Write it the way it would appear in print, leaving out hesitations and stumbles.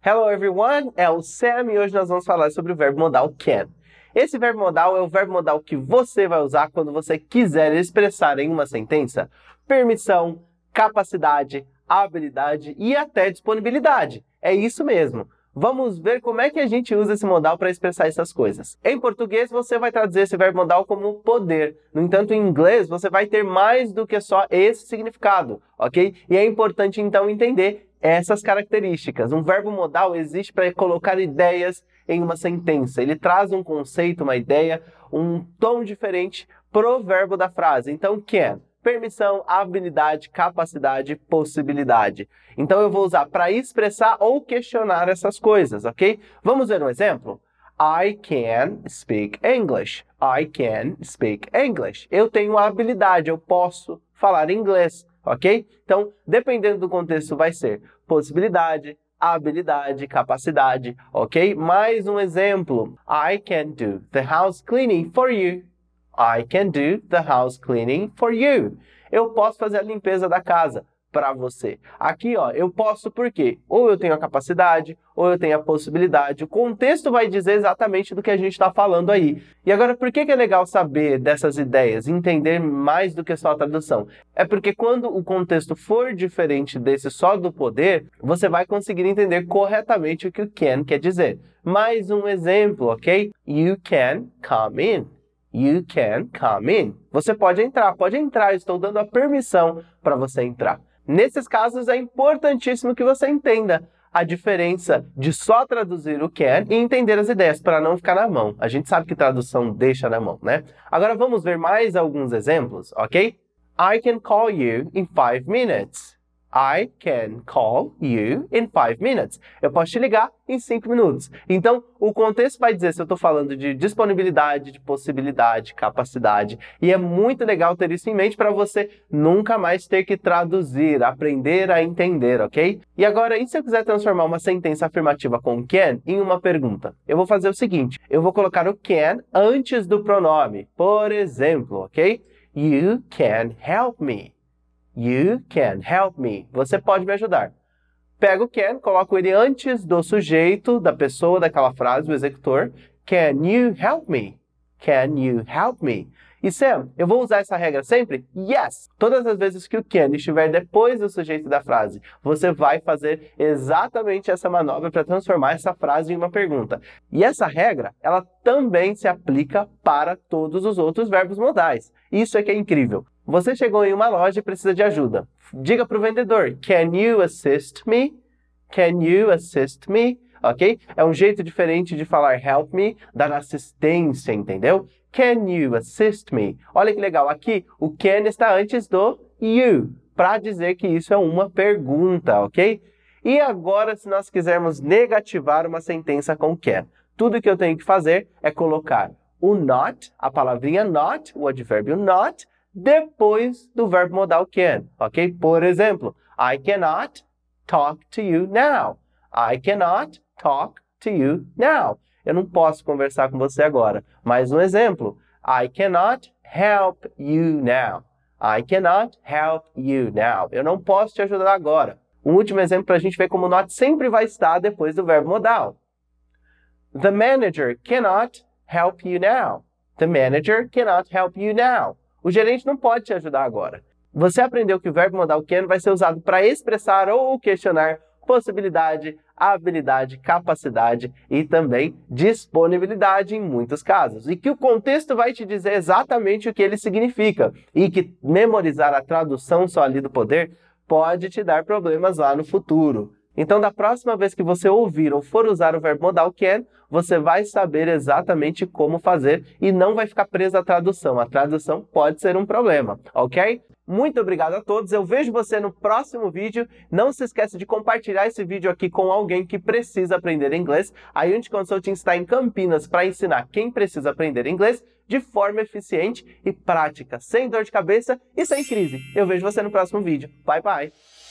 Hello everyone, é o Sam e hoje nós vamos falar sobre o verbo modal can. Esse verbo modal é o verbo modal que você vai usar quando você quiser expressar em uma sentença permissão, capacidade, habilidade e até disponibilidade. É isso mesmo. Vamos ver como é que a gente usa esse modal para expressar essas coisas. Em português, você vai traduzir esse verbo modal como poder. No entanto, em inglês, você vai ter mais do que só esse significado, ok? E é importante, então, entender essas características. Um verbo modal existe para colocar ideias em uma sentença. Ele traz um conceito, uma ideia, um tom diferente pro verbo da frase. Então, can. Permissão, habilidade, capacidade, possibilidade. Então eu vou usar para expressar ou questionar essas coisas, ok? Vamos ver um exemplo? I can speak English. I can speak English. Eu tenho a habilidade, eu posso falar inglês, ok? Então, dependendo do contexto, vai ser possibilidade, habilidade, capacidade, ok? Mais um exemplo. I can do the house cleaning for you. I can do the house cleaning for you. Eu posso fazer a limpeza da casa para você. Aqui, ó, eu posso porque ou eu tenho a capacidade, ou eu tenho a possibilidade. O contexto vai dizer exatamente do que a gente está falando aí. E agora, por que é legal saber dessas ideias, entender mais do que só a tradução? É porque quando o contexto for diferente desse só do poder, você vai conseguir entender corretamente o que o can quer dizer. Mais um exemplo, ok? You can come in. You can come in. Você pode entrar, estou dando a permissão para você entrar. Nesses casos, é importantíssimo que você entenda a diferença de só traduzir o can e entender as ideias, para não ficar na mão. A gente sabe que tradução deixa na mão, né? Agora vamos ver mais alguns exemplos, ok? I can call you in 5 minutes. I can call you in 5 minutes. Eu posso te ligar em 5 minutos. Então, o contexto vai dizer se eu estou falando de disponibilidade, de possibilidade, capacidade. E é muito legal ter isso em mente para você nunca mais ter que traduzir, aprender a entender, ok? E agora, e se eu quiser transformar uma sentença afirmativa com can em uma pergunta? Eu vou fazer o seguinte, eu vou colocar o can antes do pronome. Por exemplo, ok? You can help me. You can help me. Você pode me ajudar. Pego o can, coloco ele antes do sujeito, da pessoa, daquela frase, do executor. Can you help me? Can you help me? E Sam, eu vou usar essa regra sempre? Yes! Todas as vezes que o can estiver depois do sujeito da frase, você vai fazer exatamente essa manobra para transformar essa frase em uma pergunta. E essa regra, ela também se aplica para todos os outros verbos modais. Isso é que é incrível. Você chegou em uma loja e precisa de ajuda. Diga para o vendedor, can you assist me? Can you assist me? Ok? É um jeito diferente de falar help me, dar assistência, entendeu? Can you assist me? Olha que legal, aqui o can está antes do you, para dizer que isso é uma pergunta, ok? E agora, se nós quisermos negativar uma sentença com can, tudo que eu tenho que fazer é colocar o not, a palavrinha not, o advérbio not, depois do verbo modal can, ok? Por exemplo, I cannot talk to you now. I cannot talk to you now. Eu não posso conversar com você agora. Mais um exemplo. I cannot help you now. I cannot help you now. Eu não posso te ajudar agora. Um último exemplo para a gente ver como o not sempre vai estar depois do verbo modal. The manager cannot help you now. The manager cannot help you now. O gerente não pode te ajudar agora. Você aprendeu que o verbo modal can vai ser usado para expressar ou questionar possibilidade, habilidade, capacidade e também disponibilidade em muitos casos. E que o contexto vai te dizer exatamente o que ele significa. E que memorizar a tradução só ali do poder pode te dar problemas lá no futuro. Então, da próxima vez que você ouvir ou for usar o verbo modal can, você vai saber exatamente como fazer e não vai ficar preso à tradução. A tradução pode ser um problema, ok? Muito obrigado a todos, eu vejo você no próximo vídeo. Não se esqueça de compartilhar esse vídeo aqui com alguém que precisa aprender inglês. A Unity Consulting está em Campinas para ensinar quem precisa aprender inglês de forma eficiente e prática, sem dor de cabeça e sem crise. Eu vejo você no próximo vídeo. Bye, bye!